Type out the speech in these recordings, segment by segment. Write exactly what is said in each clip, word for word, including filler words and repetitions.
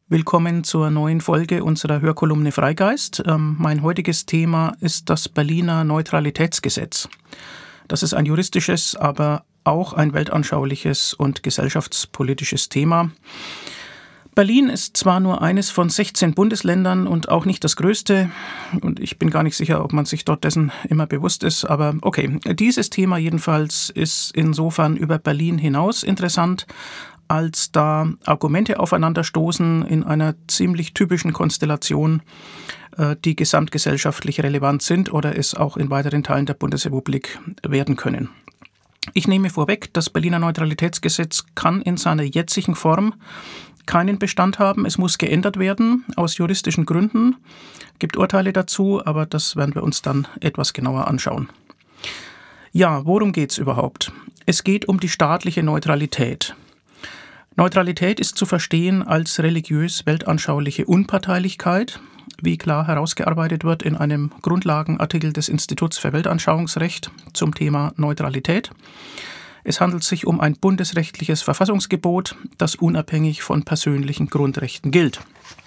Willkommen zur neuen Folge unserer Hörkolumne Freigeist. Ähm, mein heutiges Thema ist das Berliner Neutralitätsgesetz. Das ist ein juristisches, aber auch ein weltanschauliches und gesellschaftspolitisches Thema. Berlin ist zwar nur eines von sechzehn Bundesländern und auch nicht das größte, und ich bin gar nicht sicher, ob man sich dort dessen immer bewusst ist, aber okay, dieses Thema jedenfalls ist insofern über Berlin hinaus interessant, als da Argumente aufeinanderstoßen in einer ziemlich typischen Konstellation, die gesamtgesellschaftlich relevant sind oder es auch in weiteren Teilen der Bundesrepublik werden können. Ich nehme vorweg, das Berliner Neutralitätsgesetz kann in seiner jetzigen Form keinen Bestand haben. Es muss geändert werden, aus juristischen Gründen. Es gibt Urteile dazu, aber das werden wir uns dann etwas genauer anschauen. Ja, worum geht es überhaupt? Es geht um die staatliche Neutralität. Neutralität ist zu verstehen als religiös-weltanschauliche Unparteilichkeit, wie klar herausgearbeitet wird in einem Grundlagenartikel des Instituts für Weltanschauungsrecht zum Thema Neutralität. Es handelt sich um ein bundesrechtliches Verfassungsgebot, das unabhängig von persönlichen Grundrechten gilt.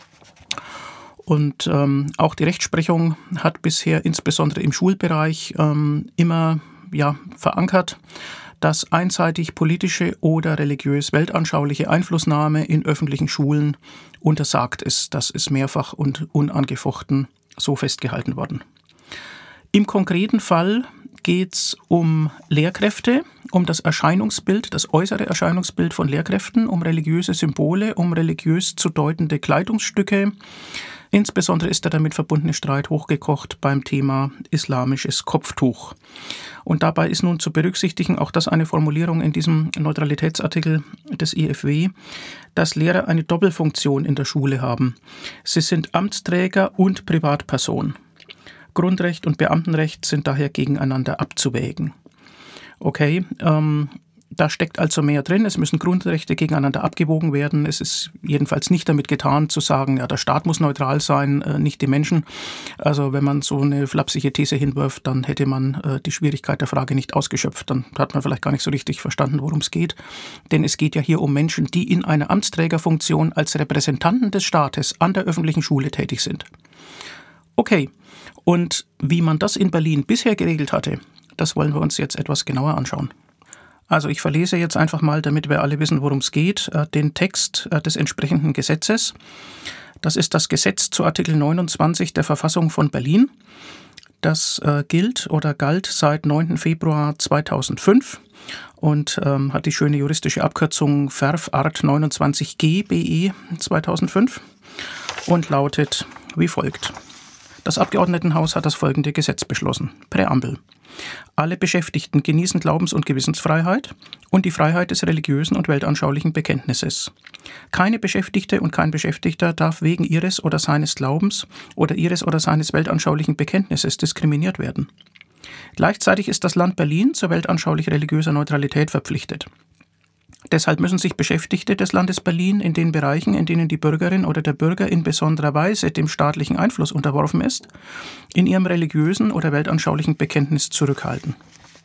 Und ähm, auch die Rechtsprechung hat bisher insbesondere im Schulbereich ähm, immer ja, verankert, dass einseitig politische oder religiös-weltanschauliche Einflussnahme in öffentlichen Schulen untersagt ist. Das ist mehrfach und unangefochten so festgehalten worden. Im konkreten Fall geht es um Lehrkräfte, um das Erscheinungsbild, das äußere Erscheinungsbild von Lehrkräften, um religiöse Symbole, um religiös zu deutende Kleidungsstücke. Insbesondere ist der damit verbundene Streit hochgekocht beim Thema islamisches Kopftuch. Und dabei ist nun zu berücksichtigen, auch das eine Formulierung in diesem Neutralitätsartikel des I F W, dass Lehrer eine Doppelfunktion in der Schule haben. Sie sind Amtsträger und Privatperson. Grundrecht und Beamtenrecht sind daher gegeneinander abzuwägen. Okay, ähm, da steckt also mehr drin. Es müssen Grundrechte gegeneinander abgewogen werden. Es ist jedenfalls nicht damit getan, zu sagen, ja, der Staat muss neutral sein, äh, nicht die Menschen. Also wenn man so eine flapsige These hinwirft, dann hätte man äh, die Schwierigkeit der Frage nicht ausgeschöpft. Dann hat man vielleicht gar nicht so richtig verstanden, worum es geht. Denn es geht ja hier um Menschen, die in einer Amtsträgerfunktion als Repräsentanten des Staates an der öffentlichen Schule tätig sind. Okay, und wie man das in Berlin bisher geregelt hatte, das wollen wir uns jetzt etwas genauer anschauen. Also ich verlese jetzt einfach mal, damit wir alle wissen, worum es geht, den Text des entsprechenden Gesetzes. Das ist das Gesetz zu Artikel neunundzwanzig der Verfassung von Berlin. Das gilt oder galt seit neunten Februar zweitausendfünf und ähm, hat die schöne juristische Abkürzung Verf Art neunundzwanzig G B E zweitausendfünf und lautet wie folgt. Das Abgeordnetenhaus hat das folgende Gesetz beschlossen. Präambel. Alle Beschäftigten genießen Glaubens- und Gewissensfreiheit und die Freiheit des religiösen und weltanschaulichen Bekenntnisses. Keine Beschäftigte und kein Beschäftigter darf wegen ihres oder seines Glaubens oder ihres oder seines weltanschaulichen Bekenntnisses diskriminiert werden. Gleichzeitig ist das Land Berlin zur weltanschaulich-religiöser Neutralität verpflichtet. Deshalb müssen sich Beschäftigte des Landes Berlin in den Bereichen, in denen die Bürgerin oder der Bürger in besonderer Weise dem staatlichen Einfluss unterworfen ist, in ihrem religiösen oder weltanschaulichen Bekenntnis zurückhalten.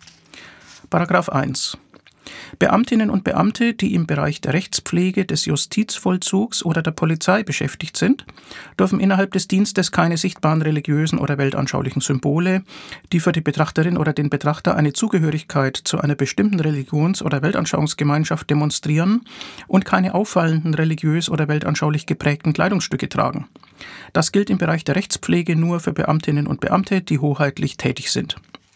Paragraph eins. Beamtinnen und Beamte, die im Bereich der Rechtspflege, des Justizvollzugs oder der Polizei beschäftigt sind, dürfen innerhalb des Dienstes keine sichtbaren religiösen oder weltanschaulichen Symbole, die für die Betrachterin oder den Betrachter eine Zugehörigkeit zu einer bestimmten Religions- oder Weltanschauungsgemeinschaft demonstrieren und keine auffallenden religiös oder weltanschaulich geprägten Kleidungsstücke tragen. Das gilt im Bereich der Rechtspflege nur für Beamtinnen und Beamte, die hoheitlich tätig sind.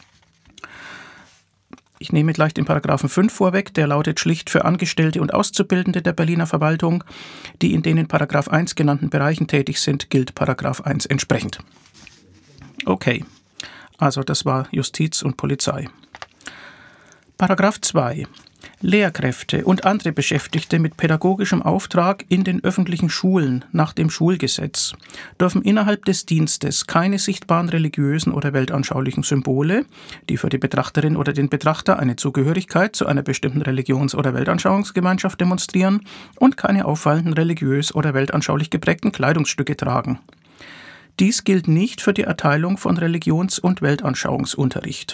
Ich nehme gleich den Paragraphen fünf vorweg, der lautet schlicht für Angestellte und Auszubildende der Berliner Verwaltung, die in den in Paragraph eins genannten Bereichen tätig sind, gilt Paragraph eins entsprechend. Okay, also das war Justiz und Polizei. Paragraph zwei. Lehrkräfte und andere Beschäftigte mit pädagogischem Auftrag in den öffentlichen Schulen nach dem Schulgesetz dürfen innerhalb des Dienstes keine sichtbaren religiösen oder weltanschaulichen Symbole, die für die Betrachterin oder den Betrachter eine Zugehörigkeit zu einer bestimmten Religions- oder Weltanschauungsgemeinschaft demonstrieren und keine auffallenden religiös oder weltanschaulich geprägten Kleidungsstücke tragen. Dies gilt nicht für die Erteilung von Religions- und Weltanschauungsunterricht.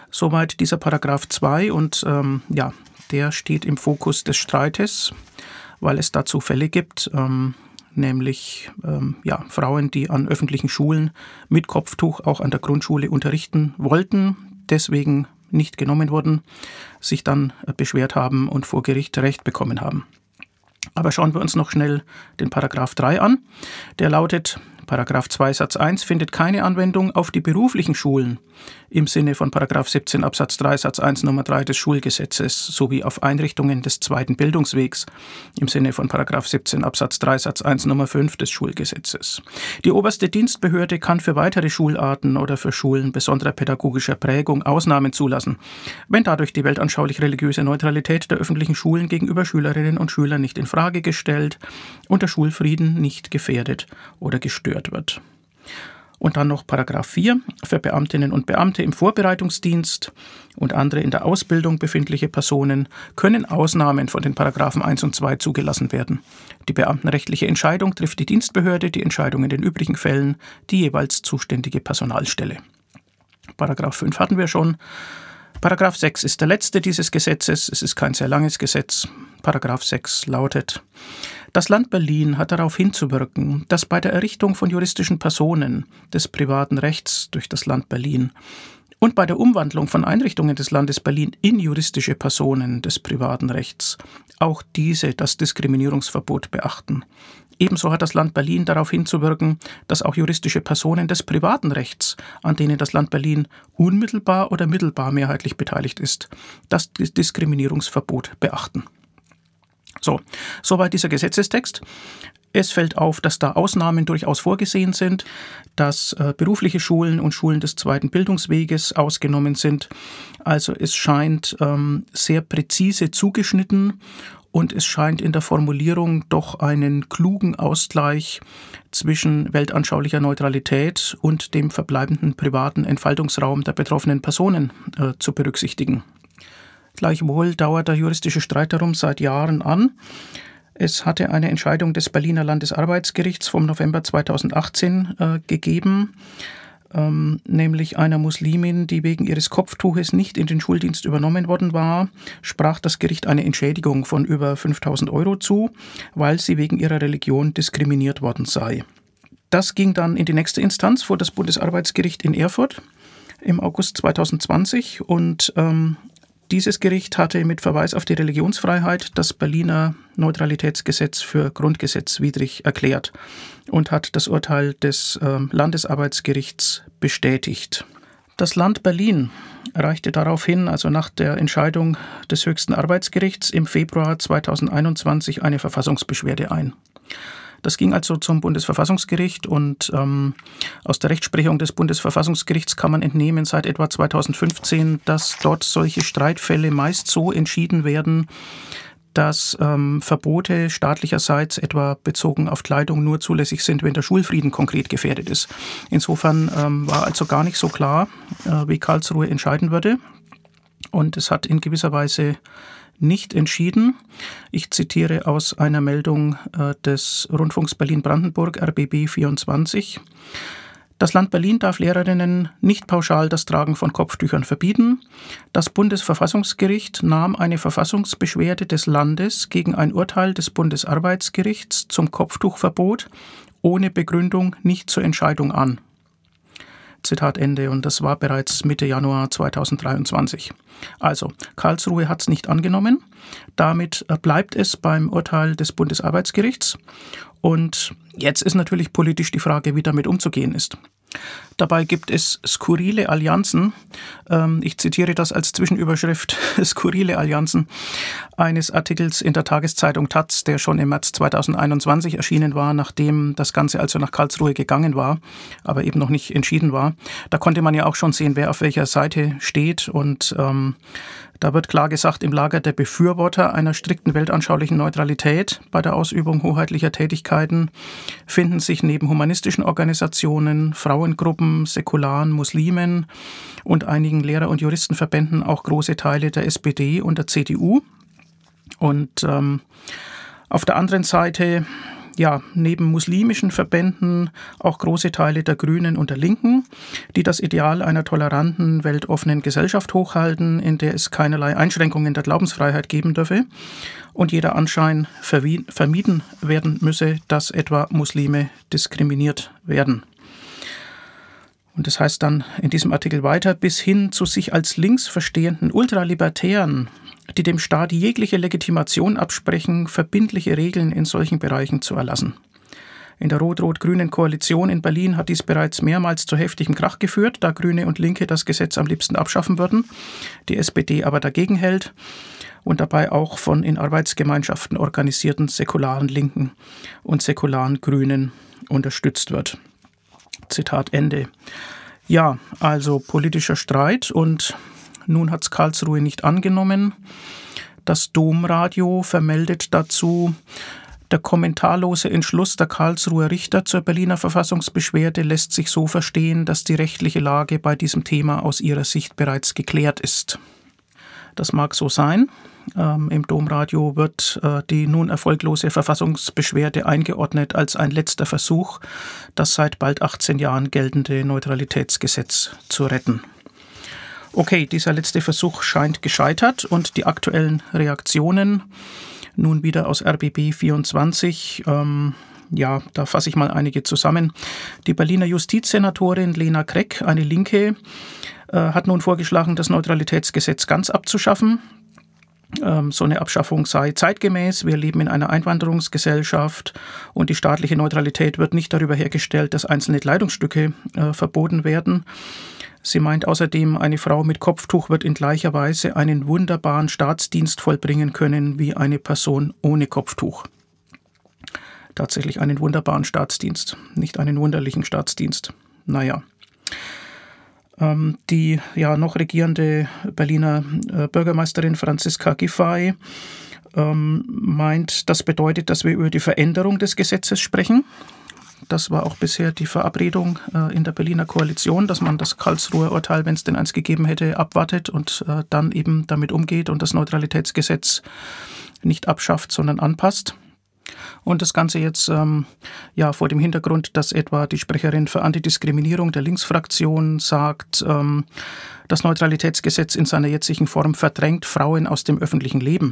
Soweit dieser Paragraph zwei und ähm, ja, der steht im Fokus des Streites. weil es dazu Fälle gibt, ähm, nämlich ähm, ja, Frauen, die an öffentlichen Schulen mit Kopftuch auch an der Grundschule unterrichten wollten, deswegen nicht genommen wurden, sich dann beschwert haben und vor Gericht Recht bekommen haben. Aber schauen wir uns noch schnell den Paragraph drei an. Der lautet: Paragraph zwei Satz eins findet keine Anwendung auf die beruflichen Schulen im Sinne von Paragraph siebzehn Absatz drei Satz eins Nummer drei des Schulgesetzes sowie auf Einrichtungen des zweiten Bildungswegs im Sinne von Paragraph siebzehn Absatz drei Satz eins Nummer fünf des Schulgesetzes. Die oberste Dienstbehörde kann für weitere Schularten oder für Schulen besonderer pädagogischer Prägung Ausnahmen zulassen, wenn dadurch die weltanschaulich-religiöse Neutralität der öffentlichen Schulen gegenüber Schülerinnen und Schülern nicht in Frage gestellt und der Schulfrieden nicht gefährdet oder gestört wird. Und dann noch Paragraph vier. Für Beamtinnen und Beamte im Vorbereitungsdienst und andere in der Ausbildung befindliche Personen können Ausnahmen von den Paragraphen eins und zwei zugelassen werden. Die beamtenrechtliche Entscheidung trifft die Dienstbehörde, die Entscheidung in den übrigen Fällen die jeweils zuständige Personalstelle. Paragraph fünf hatten wir schon. Paragraph sechs ist der letzte dieses Gesetzes. Es ist kein sehr langes Gesetz. Paragraph sechs lautet: Das Land Berlin hat darauf hinzuwirken, dass bei der Errichtung von juristischen Personen des privaten Rechts durch das Land Berlin und bei der Umwandlung von Einrichtungen des Landes Berlin in juristische Personen des privaten Rechts auch diese das Diskriminierungsverbot beachten. Ebenso hat das Land Berlin darauf hinzuwirken, dass auch juristische Personen des privaten Rechts, an denen das Land Berlin unmittelbar oder mittelbar mehrheitlich beteiligt ist, das Diskriminierungsverbot beachten. So, soweit dieser Gesetzestext. Es fällt auf, dass da Ausnahmen durchaus vorgesehen sind, dass äh, berufliche Schulen und Schulen des zweiten Bildungsweges ausgenommen sind. Also es scheint ähm, sehr präzise zugeschnitten und es scheint in der Formulierung doch einen klugen Ausgleich zwischen weltanschaulicher Neutralität und dem verbleibenden privaten Entfaltungsraum der betroffenen Personen äh, zu berücksichtigen. Gleichwohl dauert der juristische Streit darum seit Jahren an. Es hatte eine Entscheidung des Berliner Landesarbeitsgerichts vom November zweitausendachtzehn äh, gegeben, ähm, nämlich einer Muslimin, die wegen ihres Kopftuches nicht in den Schuldienst übernommen worden war, sprach das Gericht eine Entschädigung von über fünftausend Euro zu, weil sie wegen ihrer Religion diskriminiert worden sei. Das ging dann in die nächste Instanz vor das Bundesarbeitsgericht in Erfurt im August zweitausendzwanzig und ähm, Dieses Gericht hatte mit Verweis auf die Religionsfreiheit das Berliner Neutralitätsgesetz für grundgesetzwidrig erklärt und hat das Urteil des äh, Landesarbeitsgerichts bestätigt. Das Land Berlin reichte daraufhin, also nach der Entscheidung des höchsten Arbeitsgerichts, im Februar zweitausendeinundzwanzig eine Verfassungsbeschwerde ein. Das ging also zum Bundesverfassungsgericht und ähm, aus der Rechtsprechung des Bundesverfassungsgerichts kann man entnehmen seit etwa zweitausendfünfzehn, dass dort solche Streitfälle meist so entschieden werden, dass ähm, Verbote staatlicherseits etwa bezogen auf Kleidung nur zulässig sind, wenn der Schulfrieden konkret gefährdet ist. Insofern ähm, war also gar nicht so klar, äh, wie Karlsruhe entscheiden würde. Und es hat in gewisser Weise nicht entschieden. Ich zitiere aus einer Meldung äh, des Rundfunks Berlin-Brandenburg, R B B vierundzwanzig. Das Land Berlin darf Lehrerinnen nicht pauschal das Tragen von Kopftüchern verbieten. Das Bundesverfassungsgericht nahm eine Verfassungsbeschwerde des Landes gegen ein Urteil des Bundesarbeitsgerichts zum Kopftuchverbot ohne Begründung nicht zur Entscheidung an. Zitat Ende. Und das war bereits Mitte Januar zweitausenddreiundzwanzig. Also, Karlsruhe hat es nicht angenommen. Damit bleibt es beim Urteil des Bundesarbeitsgerichts. Und jetzt ist natürlich politisch die Frage, wie damit umzugehen ist. Dabei gibt es skurrile Allianzen, ich zitiere das als Zwischenüberschrift, skurrile Allianzen eines Artikels in der Tageszeitung Taz, der schon im März zweitausendeinundzwanzig erschienen war, nachdem das Ganze also nach Karlsruhe gegangen war, aber eben noch nicht entschieden war. Da konnte man ja auch schon sehen, wer auf welcher Seite steht und ähm, da wird klar gesagt, im Lager der Befürworter einer strikten weltanschaulichen Neutralität bei der Ausübung hoheitlicher Tätigkeiten finden sich neben humanistischen Organisationen, Frauengruppen, säkularen Muslimen und einigen Lehrer- und Juristenverbänden auch große Teile der S P D und der C D U. Und ähm, auf der anderen Seite, ja, neben muslimischen Verbänden auch große Teile der Grünen und der Linken, die das Ideal einer toleranten, weltoffenen Gesellschaft hochhalten, in der es keinerlei Einschränkungen der Glaubensfreiheit geben dürfe. und jeder Anschein vermieden werden müsse, dass etwa Muslime diskriminiert werden. Und das heißt dann in diesem Artikel weiter, bis hin zu sich als links verstehenden Ultralibertären, die dem Staat jegliche Legitimation absprechen, verbindliche Regeln in solchen Bereichen zu erlassen. In der rot-rot-grünen Koalition in Berlin hat dies bereits mehrmals zu heftigem Krach geführt, da Grüne und Linke das Gesetz am liebsten abschaffen würden, die S P D aber dagegen hält und dabei auch von in Arbeitsgemeinschaften organisierten säkularen Linken und säkularen Grünen unterstützt wird. Zitat Ende. Ja, also politischer Streit und nun hat es Karlsruhe nicht angenommen. Das Domradio vermeldet dazu, der kommentarlose Entschluss der Karlsruher Richter zur Berliner Verfassungsbeschwerde lässt sich so verstehen, dass die rechtliche Lage bei diesem Thema aus ihrer Sicht bereits geklärt ist. Das mag so sein. Ähm, Im Domradio wird äh, die nun erfolglose Verfassungsbeschwerde eingeordnet als ein letzter Versuch, das seit bald achtzehn Jahren geltende Neutralitätsgesetz zu retten. Okay, dieser letzte Versuch scheint gescheitert und die aktuellen Reaktionen, nun wieder aus R B B vierundzwanzig, ähm, ja, da fasse ich mal einige zusammen. Die Berliner Justizsenatorin Lena Kreck, eine Linke, äh, hat nun vorgeschlagen, das Neutralitätsgesetz ganz abzuschaffen. So eine Abschaffung sei zeitgemäß. Wir leben in einer Einwanderungsgesellschaft und die staatliche Neutralität wird nicht darüber hergestellt, dass einzelne Kleidungsstücke äh, verboten werden. Sie meint außerdem, eine Frau mit Kopftuch wird in gleicher Weise einen wunderbaren Staatsdienst vollbringen können wie eine Person ohne Kopftuch. Tatsächlich einen wunderbaren Staatsdienst, nicht einen wunderlichen Staatsdienst. Naja. Die ja noch regierende Berliner Bürgermeisterin Franziska Giffey ähm, meint, das bedeutet, dass wir über die Veränderung des Gesetzes sprechen. Das war auch bisher die Verabredung äh, in der Berliner Koalition, dass man das Karlsruher Urteil, wenn es denn eins gegeben hätte, abwartet und äh, dann eben damit umgeht und das Neutralitätsgesetz nicht abschafft, sondern anpasst. Und das Ganze jetzt ähm, ja vor dem Hintergrund, dass etwa die Sprecherin für Antidiskriminierung der Linksfraktion sagt, ähm, das Neutralitätsgesetz in seiner jetzigen Form verdrängt Frauen aus dem öffentlichen Leben.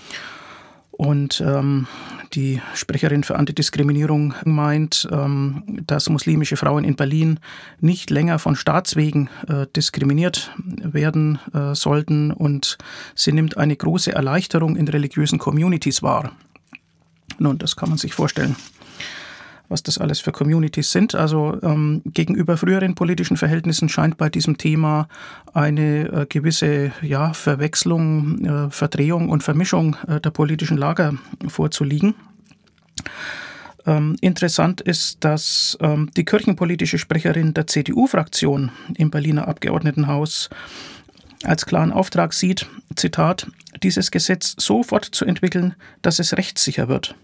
Und ähm, die Sprecherin für Antidiskriminierung meint, ähm, dass muslimische Frauen in Berlin nicht länger von Staatswegen äh, diskriminiert werden äh, sollten und sie nimmt eine große Erleichterung in religiösen Communities wahr. Nun, das kann man sich vorstellen, was das alles für Communities sind. Also ähm, gegenüber früheren politischen Verhältnissen scheint bei diesem Thema eine äh, gewisse ja, Verwechslung, äh, Verdrehung und Vermischung äh, der politischen Lager vorzuliegen. Ähm, interessant ist, dass ähm, die kirchenpolitische Sprecherin der C D U-Fraktion im Berliner Abgeordnetenhaus als klaren Auftrag sieht, Zitat, dieses Gesetz so fortzuentwickeln, dass es rechtssicher wird.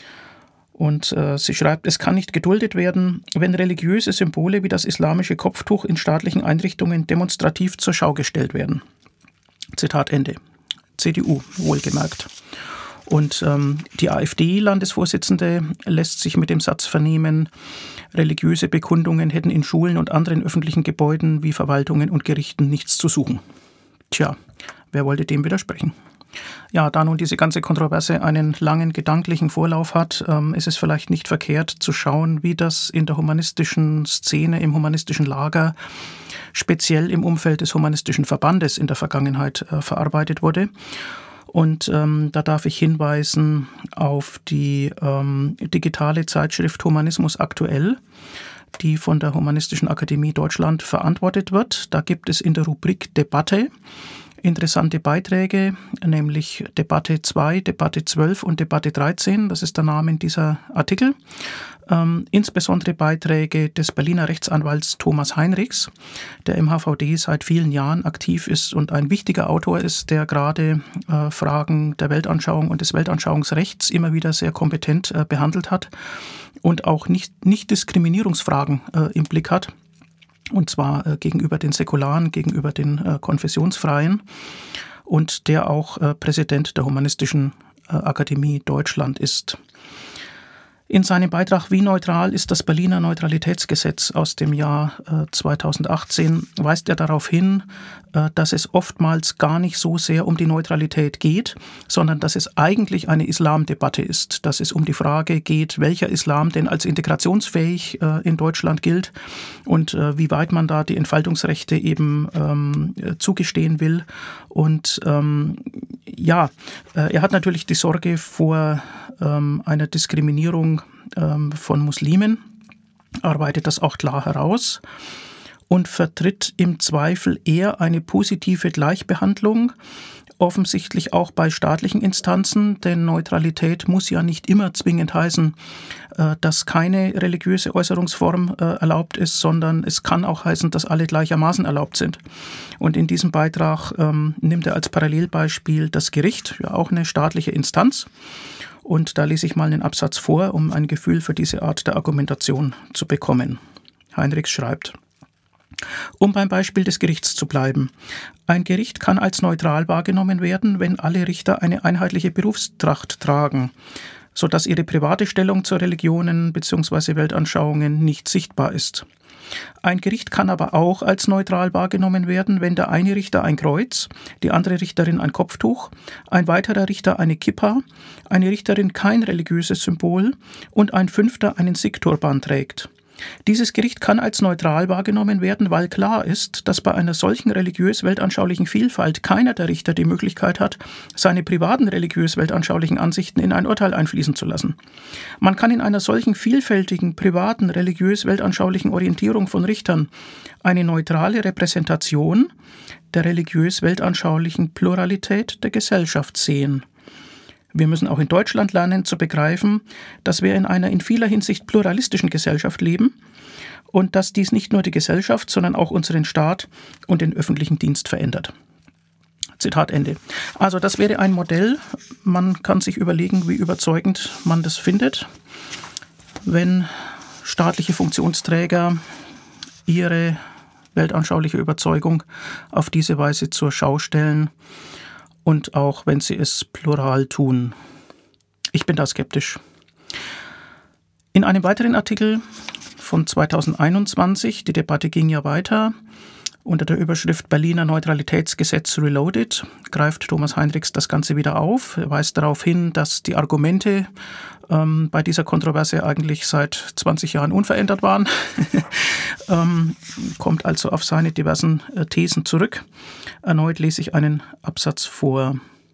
Und äh, sie schreibt, es kann nicht geduldet werden, wenn religiöse Symbole wie das islamische Kopftuch in staatlichen Einrichtungen demonstrativ zur Schau gestellt werden. Zitat Ende. C D U, wohlgemerkt. Und ähm, die AfD-Landesvorsitzende lässt sich mit dem Satz vernehmen, religiöse Bekundungen hätten in Schulen und anderen öffentlichen Gebäuden wie Verwaltungen und Gerichten nichts zu suchen. Tja, wer wollte dem widersprechen? Ja, da nun diese ganze Kontroverse einen langen gedanklichen Vorlauf hat, ähm, ist es vielleicht nicht verkehrt zu schauen, wie das in der humanistischen Szene, im humanistischen Lager, speziell im Umfeld des Humanistischen Verbandes in der Vergangenheit äh, verarbeitet wurde. Und ähm, da darf ich hinweisen auf die ähm, digitale Zeitschrift Humanismus aktuell, die von der Humanistischen Akademie Deutschland verantwortet wird. Da gibt es in der Rubrik Debatte interessante Beiträge, nämlich Debatte zwei, Debatte zwölf und Debatte dreizehn, das ist der Name dieser Artikel. Ähm, insbesondere Beiträge des Berliner Rechtsanwalts Thomas Heinrichs, der im H V D seit vielen Jahren aktiv ist und ein wichtiger Autor ist, der gerade äh, Fragen der Weltanschauung und des Weltanschauungsrechts immer wieder sehr kompetent äh, behandelt hat und auch nicht, nicht Diskriminierungsfragen äh, im Blick hat. Und zwar äh, gegenüber den Säkularen, gegenüber den äh, Konfessionsfreien und der auch äh, Präsident der Humanistischen äh, Akademie Deutschland ist. In seinem Beitrag Wie neutral ist das Berliner Neutralitätsgesetz aus dem Jahr äh, zweitausendachtzehn weist er darauf hin, äh, dass es oftmals gar nicht so sehr um die Neutralität geht, sondern dass es eigentlich eine Islamdebatte ist, dass es um die Frage geht, welcher Islam denn als integrationsfähig äh, in Deutschland gilt und äh, wie weit man da die Entfaltungsrechte eben ähm, zugestehen will. Und ähm, ja, äh, er hat natürlich die Sorge vor ähm, einer Diskriminierung ähm, von Muslimen, arbeitet das auch klar heraus und vertritt im Zweifel eher eine positive Gleichbehandlung, offensichtlich auch bei staatlichen Instanzen, denn Neutralität muss ja nicht immer zwingend heißen, äh, dass keine religiöse Äußerungsform äh, erlaubt ist, sondern es kann auch heißen, dass alle gleichermaßen erlaubt sind. Und in diesem Beitrag ähm, nimmt er als Parallelbeispiel das Gericht, ja auch eine staatliche Instanz. Und da lese ich mal einen Absatz vor, um ein Gefühl für diese Art der Argumentation zu bekommen. Heinrichs schreibt: Um beim Beispiel des Gerichts zu bleiben. Ein Gericht kann als neutral wahrgenommen werden, wenn alle Richter eine einheitliche Berufstracht tragen, sodass ihre private Stellung zu Religionen bzw. Weltanschauungen nicht sichtbar ist. Ein Gericht kann aber auch als neutral wahrgenommen werden, wenn der eine Richter ein Kreuz, die andere Richterin ein Kopftuch, ein weiterer Richter eine Kippa, eine Richterin kein religiöses Symbol und ein fünfter einen Sikh-Turban trägt. Dieses Gericht kann als neutral wahrgenommen werden, weil klar ist, dass bei einer solchen religiös-weltanschaulichen Vielfalt keiner der Richter die Möglichkeit hat, seine privaten religiös-weltanschaulichen Ansichten in ein Urteil einfließen zu lassen. Man kann in einer solchen vielfältigen, privaten, religiös-weltanschaulichen Orientierung von Richtern eine neutrale Repräsentation der religiös-weltanschaulichen Pluralität der Gesellschaft sehen. Wir müssen auch in Deutschland lernen zu begreifen, dass wir in einer in vieler Hinsicht pluralistischen Gesellschaft leben und dass dies nicht nur die Gesellschaft, sondern auch unseren Staat und den öffentlichen Dienst verändert. Zitat Ende. Also das wäre ein Modell. Man kann sich überlegen, wie überzeugend man das findet, wenn staatliche Funktionsträger ihre weltanschauliche Überzeugung auf diese Weise zur Schau stellen. Und auch wenn sie es plural tun. Ich bin da skeptisch. In einem weiteren Artikel von zweitausendeinundzwanzig, die Debatte ging ja weiter, unter der Überschrift Berliner Neutralitätsgesetz Reloaded, greift Thomas Heinrichs das Ganze wieder auf. Er weist darauf hin, dass die Argumente ähm, bei dieser Kontroverse eigentlich seit zwanzig Jahren unverändert waren. ähm, kommt also auf seine diversen äh, Thesen zurück. Erneut lese ich einen Absatz vor.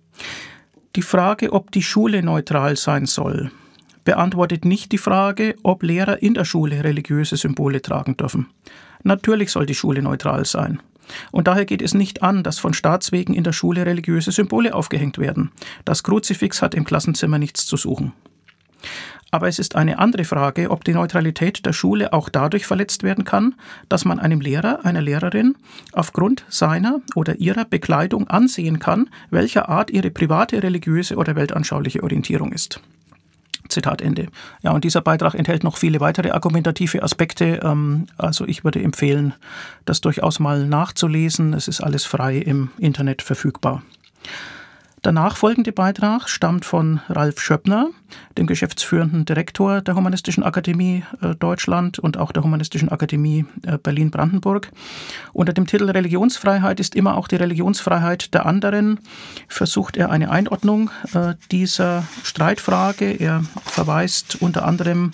Die Frage, ob die Schule neutral sein soll, beantwortet nicht die Frage, ob Lehrer in der Schule religiöse Symbole tragen dürfen. Natürlich soll die Schule neutral sein. Und daher geht es nicht an, dass von Staatswegen in der Schule religiöse Symbole aufgehängt werden. Das Kruzifix hat im Klassenzimmer nichts zu suchen. Aber es ist eine andere Frage, ob die Neutralität der Schule auch dadurch verletzt werden kann, dass man einem Lehrer, einer Lehrerin aufgrund seiner oder ihrer Bekleidung ansehen kann, welcher Art ihre private, religiöse oder weltanschauliche Orientierung ist. Zitat Ende. Ja, und dieser Beitrag enthält noch viele weitere argumentative Aspekte. Also ich würde empfehlen, das durchaus mal nachzulesen. Es ist alles frei im Internet verfügbar. Der nachfolgende Beitrag stammt von Ralf Schöppner, dem geschäftsführenden Direktor der Humanistischen Akademie äh, Deutschland und auch der Humanistischen Akademie äh, Berlin-Brandenburg. Unter dem Titel Religionsfreiheit ist immer auch die Religionsfreiheit der anderen, versucht er eine Einordnung äh, dieser Streitfrage. Er verweist unter anderem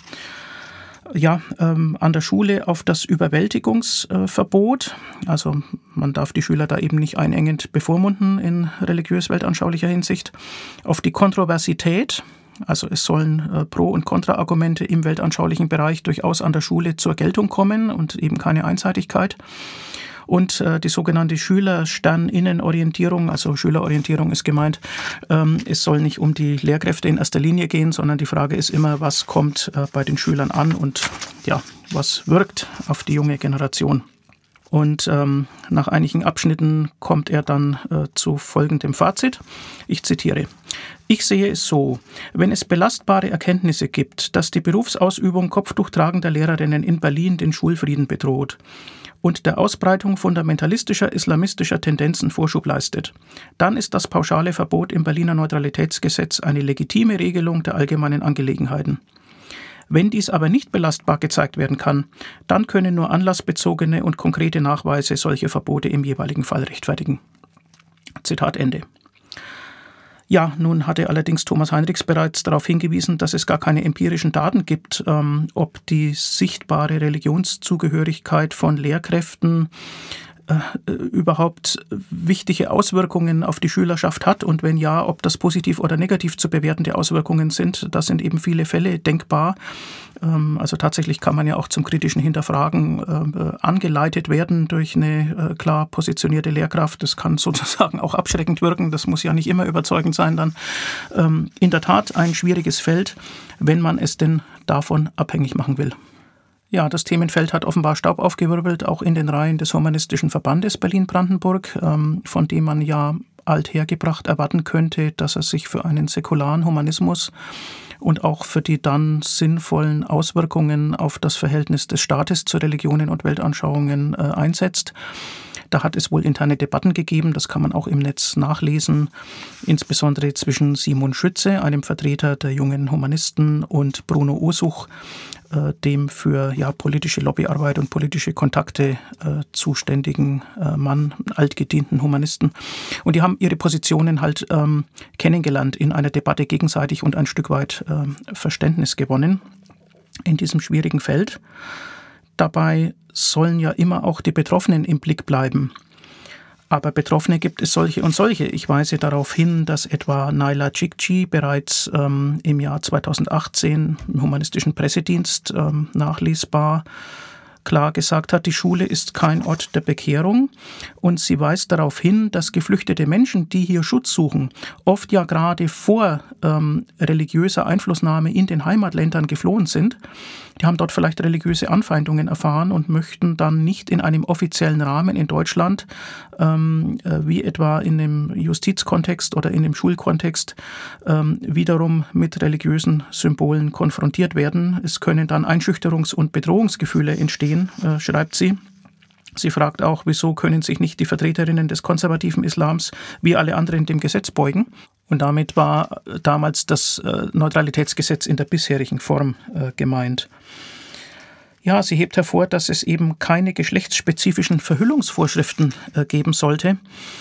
Ja, ähm, an der Schule auf das Überwältigungsverbot. Also man darf die Schüler da eben nicht einengend bevormunden in religiös-weltanschaulicher Hinsicht. Auf die Kontroversität, also es sollen äh, Pro- und Kontraargumente im weltanschaulichen Bereich durchaus an der Schule zur Geltung kommen und eben keine Einseitigkeit. Und äh, die sogenannte Schüler-Stern-Innen-Orientierung, also Schülerorientierung ist gemeint, ähm, es soll nicht um die Lehrkräfte in erster Linie gehen, sondern die Frage ist immer, was kommt äh, bei den Schülern an und ja, was wirkt auf die junge Generation. Und ähm, nach einigen Abschnitten kommt er dann äh, zu folgendem Fazit. Ich zitiere. Ich sehe es so, wenn es belastbare Erkenntnisse gibt, dass die Berufsausübung kopftuchtragender Lehrerinnen in Berlin den Schulfrieden bedroht und der Ausbreitung fundamentalistischer islamistischer Tendenzen Vorschub leistet, dann ist das pauschale Verbot im Berliner Neutralitätsgesetz eine legitime Regelung der allgemeinen Angelegenheiten. Wenn dies aber nicht belastbar gezeigt werden kann, dann können nur anlassbezogene und konkrete Nachweise solche Verbote im jeweiligen Fall rechtfertigen. Zitat Ende. Ja, nun hatte allerdings Thomas Heinrichs bereits darauf hingewiesen, dass es gar keine empirischen Daten gibt, ähm, ob die sichtbare Religionszugehörigkeit von Lehrkräften äh, überhaupt wichtige Auswirkungen auf die Schülerschaft hat und wenn ja, ob das positiv oder negativ zu bewertende Auswirkungen sind. Das sind eben viele Fälle denkbar. Ähm, also tatsächlich kann man ja auch zum kritischen Hinterfragen äh, angeleitet werden durch eine äh, klar positionierte Lehrkraft. Das kann sozusagen auch abschreckend wirken. Das muss ja nicht immer überzeugend sein dann. Ähm, in der Tat ein schwieriges Feld, wenn man es denn davon abhängig machen will. Ja, das Themenfeld hat offenbar Staub aufgewirbelt, auch in den Reihen des Humanistischen Verbandes Berlin-Brandenburg, von dem man ja althergebracht erwarten könnte, dass er sich für einen säkularen Humanismus und auch für die dann sinnvollen Auswirkungen auf das Verhältnis des Staates zu Religionen und Weltanschauungen äh, einsetzt. Da hat es wohl interne Debatten gegeben, das kann man auch im Netz nachlesen, insbesondere zwischen Simon Schütze, einem Vertreter der jungen Humanisten, und Bruno Osuch, äh, dem für ja, politische Lobbyarbeit und politische Kontakte äh, zuständigen äh, Mann, altgedienten Humanisten. Und die haben ihre Positionen halt ähm, kennengelernt in einer Debatte gegenseitig und ein Stück weit äh, Verständnis gewonnen in diesem schwierigen Feld. Dabei sollen ja immer auch die Betroffenen im Blick bleiben. Aber Betroffene gibt es solche und solche. Ich weise darauf hin, dass etwa Naila Cikci bereits ähm, im Jahr zweitausendachtzehn im Humanistischen Pressedienst ähm, nachlesbar klar gesagt hat, die Schule ist kein Ort der Bekehrung, und sie weist darauf hin, dass geflüchtete Menschen, die hier Schutz suchen, oft ja gerade vor ähm, religiöser Einflussnahme in den Heimatländern geflohen sind. Die haben dort vielleicht religiöse Anfeindungen erfahren und möchten dann nicht in einem offiziellen Rahmen in Deutschland, ähm, wie etwa in dem Justizkontext oder in dem Schulkontext, ähm, wiederum mit religiösen Symbolen konfrontiert werden. Es können dann Einschüchterungs- und Bedrohungsgefühle entstehen, äh, schreibt sie. Sie fragt auch, wieso können sich nicht die Vertreterinnen des konservativen Islams wie alle anderen dem Gesetz beugen? Und damit war damals das äh, Neutralitätsgesetz in der bisherigen Form äh, gemeint. Ja, sie hebt hervor, dass es eben keine geschlechtsspezifischen Verhüllungsvorschriften äh, geben sollte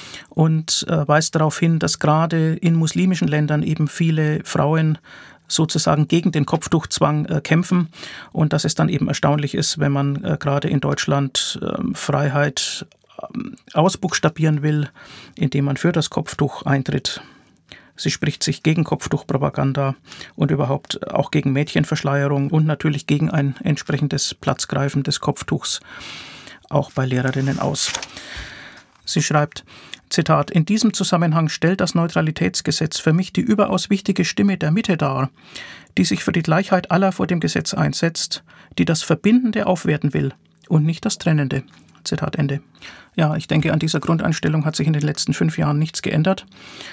und äh, weist darauf hin, dass gerade in muslimischen Ländern eben viele Frauen sozusagen gegen den Kopftuchzwang äh, kämpfen und dass es dann eben erstaunlich ist, wenn man äh, gerade in Deutschland äh, Freiheit äh, ausbuchstabieren will, indem man für das Kopftuch eintritt. Sie spricht sich gegen Kopftuchpropaganda und überhaupt auch gegen Mädchenverschleierung und natürlich gegen ein entsprechendes Platzgreifen des Kopftuchs auch bei Lehrerinnen aus. Sie schreibt, Zitat, in diesem Zusammenhang stellt das Neutralitätsgesetz für mich die überaus wichtige Stimme der Mitte dar, die sich für die Gleichheit aller vor dem Gesetz einsetzt, die das Verbindende aufwerten will und nicht das Trennende. Zitat Ende. Ja, ich denke, an dieser Grundeinstellung hat sich in den letzten fünf Jahren nichts geändert.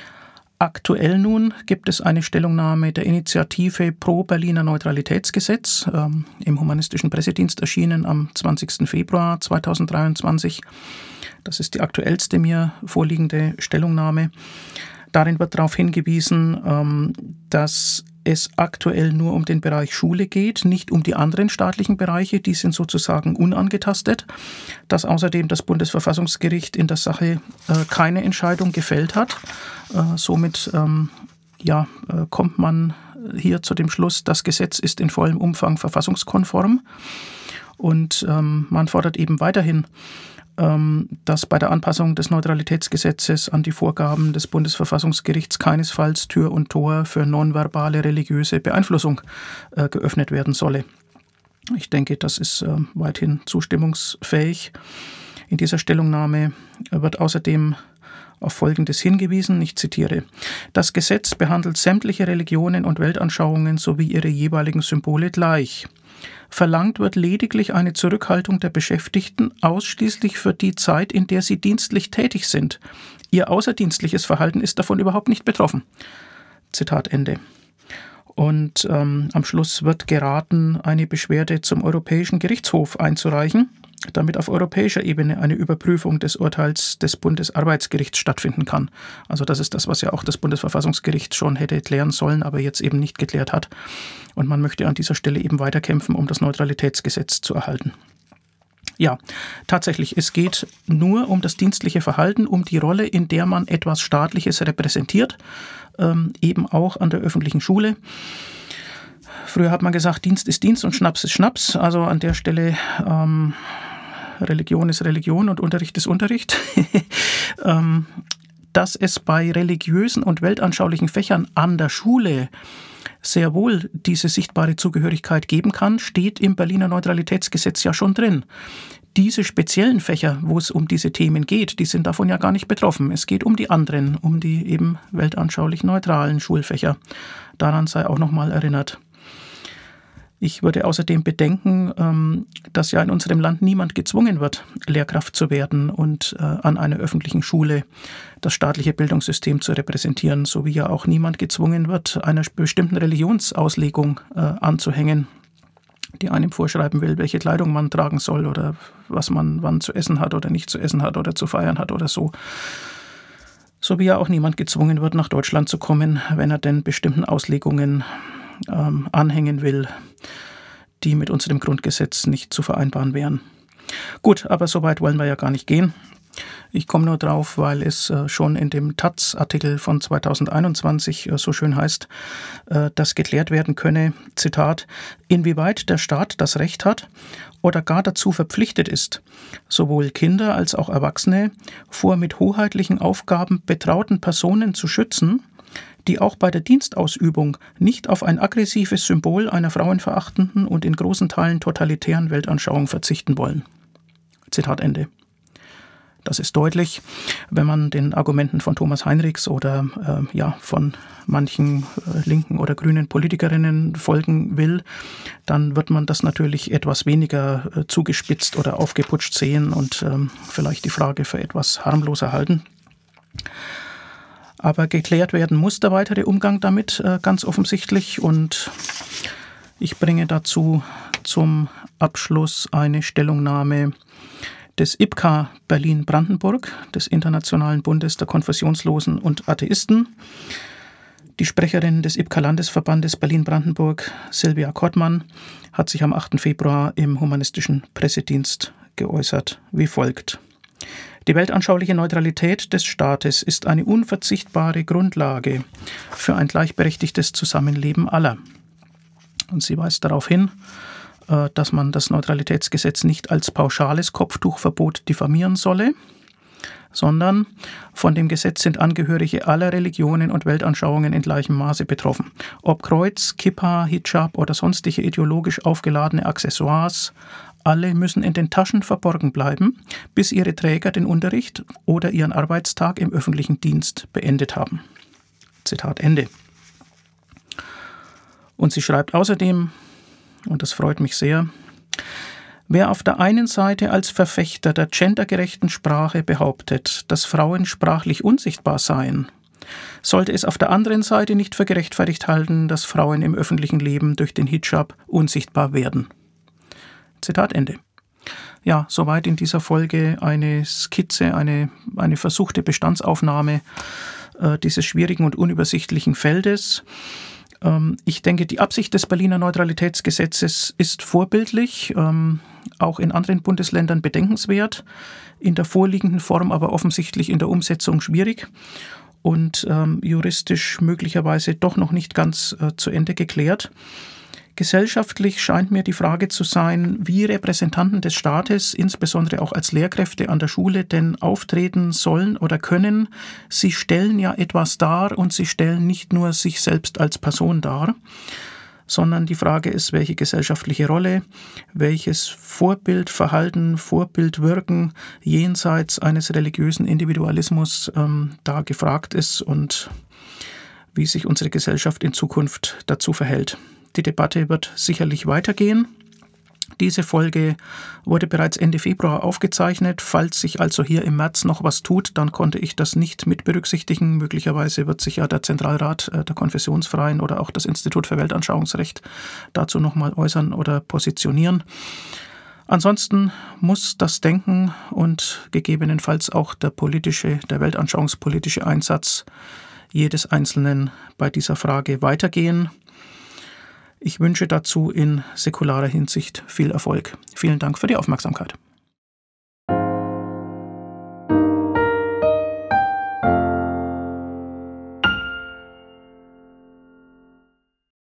Aktuell nun gibt es eine Stellungnahme der Initiative Pro Berliner Neutralitätsgesetz, ähm, im Humanistischen Pressedienst erschienen am zwanzigsten Februar zweitausenddreiundzwanzig. Das ist die aktuellste mir vorliegende Stellungnahme. Darin wird darauf hingewiesen, ähm, dass es aktuell nur um den Bereich Schule geht, nicht um die anderen staatlichen Bereiche, die sind sozusagen unangetastet, dass außerdem das Bundesverfassungsgericht in der Sache äh, keine Entscheidung gefällt hat. Äh, somit ähm, ja, äh, kommt man hier zu dem Schluss, das Gesetz ist in vollem Umfang verfassungskonform, und ähm, man fordert eben weiterhin, dass bei der Anpassung des Neutralitätsgesetzes an die Vorgaben des Bundesverfassungsgerichts keinesfalls Tür und Tor für nonverbale religiöse Beeinflussung äh, geöffnet werden solle. Ich denke, das ist äh, weithin zustimmungsfähig. In dieser Stellungnahme wird außerdem auf Folgendes hingewiesen, ich zitiere: Das Gesetz behandelt sämtliche Religionen und Weltanschauungen sowie ihre jeweiligen Symbole gleich. Verlangt wird lediglich eine Zurückhaltung der Beschäftigten ausschließlich für die Zeit, in der sie dienstlich tätig sind. Ihr außerdienstliches Verhalten ist davon überhaupt nicht betroffen. Zitat Ende. Und ähm, am Schluss wird geraten, eine Beschwerde zum Europäischen Gerichtshof einzureichen. damit auf europäischer Ebene eine Überprüfung des Urteils des Bundesarbeitsgerichts stattfinden kann. Also das ist das, was ja auch das Bundesverfassungsgericht schon hätte klären sollen, aber jetzt eben nicht geklärt hat. Und man möchte an dieser Stelle eben weiterkämpfen, um das Neutralitätsgesetz zu erhalten. Ja, tatsächlich, es geht nur um das dienstliche Verhalten, um die Rolle, in der man etwas Staatliches repräsentiert, ähm, eben auch an der öffentlichen Schule. Früher hat man gesagt, Dienst ist Dienst und Schnaps ist Schnaps. Also an der Stelle ähm, Religion ist Religion und Unterricht ist Unterricht. ähm, dass es bei religiösen und weltanschaulichen Fächern an der Schule sehr wohl diese sichtbare Zugehörigkeit geben kann, steht im Berliner Neutralitätsgesetz ja schon drin. Diese speziellen Fächer, wo es um diese Themen geht, die sind davon ja gar nicht betroffen. Es geht um die anderen, um die eben weltanschaulich neutralen Schulfächer. Daran sei auch nochmal erinnert. Ich würde außerdem bedenken, dass ja in unserem Land niemand gezwungen wird, Lehrkraft zu werden und an einer öffentlichen Schule das staatliche Bildungssystem zu repräsentieren, so wie ja auch niemand gezwungen wird, einer bestimmten Religionsauslegung anzuhängen, die einem vorschreiben will, welche Kleidung man tragen soll oder was man wann zu essen hat oder nicht zu essen hat oder zu feiern hat oder so. So wie ja auch niemand gezwungen wird, nach Deutschland zu kommen, wenn er denn bestimmten Auslegungen ähm, anhängen will, die mit unserem Grundgesetz nicht zu vereinbaren wären. Gut, aber so weit wollen wir ja gar nicht gehen. Ich komme nur drauf, weil es äh, schon in dem Taz-Artikel von zweitausendeinundzwanzig äh, so schön heißt, äh, dass geklärt werden könne, Zitat, inwieweit der Staat das Recht hat oder gar dazu verpflichtet ist, sowohl Kinder als auch Erwachsene vor mit hoheitlichen Aufgaben betrauten Personen zu schützen, die auch bei der Dienstausübung nicht auf ein aggressives Symbol einer frauenverachtenden und in großen Teilen totalitären Weltanschauung verzichten wollen. Zitat Ende. Das ist deutlich, wenn man den Argumenten von Thomas Heinrichs oder äh, ja, von manchen äh, linken oder grünen Politikerinnen folgen will, dann wird man das natürlich etwas weniger äh, zugespitzt oder aufgeputscht sehen und äh, vielleicht die Frage für etwas harmloser halten. Aber geklärt werden muss der weitere Umgang damit äh, ganz offensichtlich und ich bringe dazu zum Abschluss eine Stellungnahme des I B K A Berlin-Brandenburg, des Internationalen Bundes der Konfessionslosen und Atheisten. Die Sprecherin des I B K A-Landesverbandes Berlin-Brandenburg, Silvia Kortmann, hat sich am achten Februar im Humanistischen Pressedienst geäußert wie folgt. Die weltanschauliche Neutralität des Staates ist eine unverzichtbare Grundlage für ein gleichberechtigtes Zusammenleben aller. Und sie weist darauf hin, dass man das Neutralitätsgesetz nicht als pauschales Kopftuchverbot diffamieren solle, sondern von dem Gesetz sind Angehörige aller Religionen und Weltanschauungen in gleichem Maße betroffen. Ob Kreuz, Kippa, Hijab oder sonstige ideologisch aufgeladene Accessoires, alle müssen in den Taschen verborgen bleiben, bis ihre Träger den Unterricht oder ihren Arbeitstag im öffentlichen Dienst beendet haben. Zitat Ende. Und sie schreibt außerdem, und das freut mich sehr, wer auf der einen Seite als Verfechter der gendergerechten Sprache behauptet, dass Frauen sprachlich unsichtbar seien, sollte es auf der anderen Seite nicht für gerechtfertigt halten, dass Frauen im öffentlichen Leben durch den Hijab unsichtbar werden. Zitat Ende. Ja, soweit in dieser Folge eine Skizze, eine, eine versuchte Bestandsaufnahme äh, dieses schwierigen und unübersichtlichen Feldes. Ich denke, die Absicht des Berliner Neutralitätsgesetzes ist vorbildlich, ähm, auch in anderen Bundesländern bedenkenswert, in der vorliegenden Form aber offensichtlich in der Umsetzung schwierig und ähm, juristisch möglicherweise doch noch nicht ganz äh, zu Ende geklärt. Gesellschaftlich scheint mir die Frage zu sein, wie Repräsentanten des Staates, insbesondere auch als Lehrkräfte an der Schule, denn auftreten sollen oder können. Sie stellen ja etwas dar und sie stellen nicht nur sich selbst als Person dar, sondern die Frage ist, welche gesellschaftliche Rolle, welches Vorbildverhalten, Vorbildwirken jenseits eines religiösen Individualismus ähm, da gefragt ist und wie sich unsere Gesellschaft in Zukunft dazu verhält. Die Debatte wird sicherlich weitergehen. Diese Folge wurde bereits Ende Februar aufgezeichnet. Falls sich also hier im März noch was tut, dann konnte ich das nicht mit berücksichtigen. Möglicherweise wird sich ja der Zentralrat der Konfessionsfreien oder auch das Institut für Weltanschauungsrecht dazu nochmal äußern oder positionieren. Ansonsten muss das Denken und gegebenenfalls auch der politische, der weltanschauungspolitische Einsatz jedes Einzelnen bei dieser Frage weitergehen. Ich wünsche dazu in säkularer Hinsicht viel Erfolg. Vielen Dank für die Aufmerksamkeit.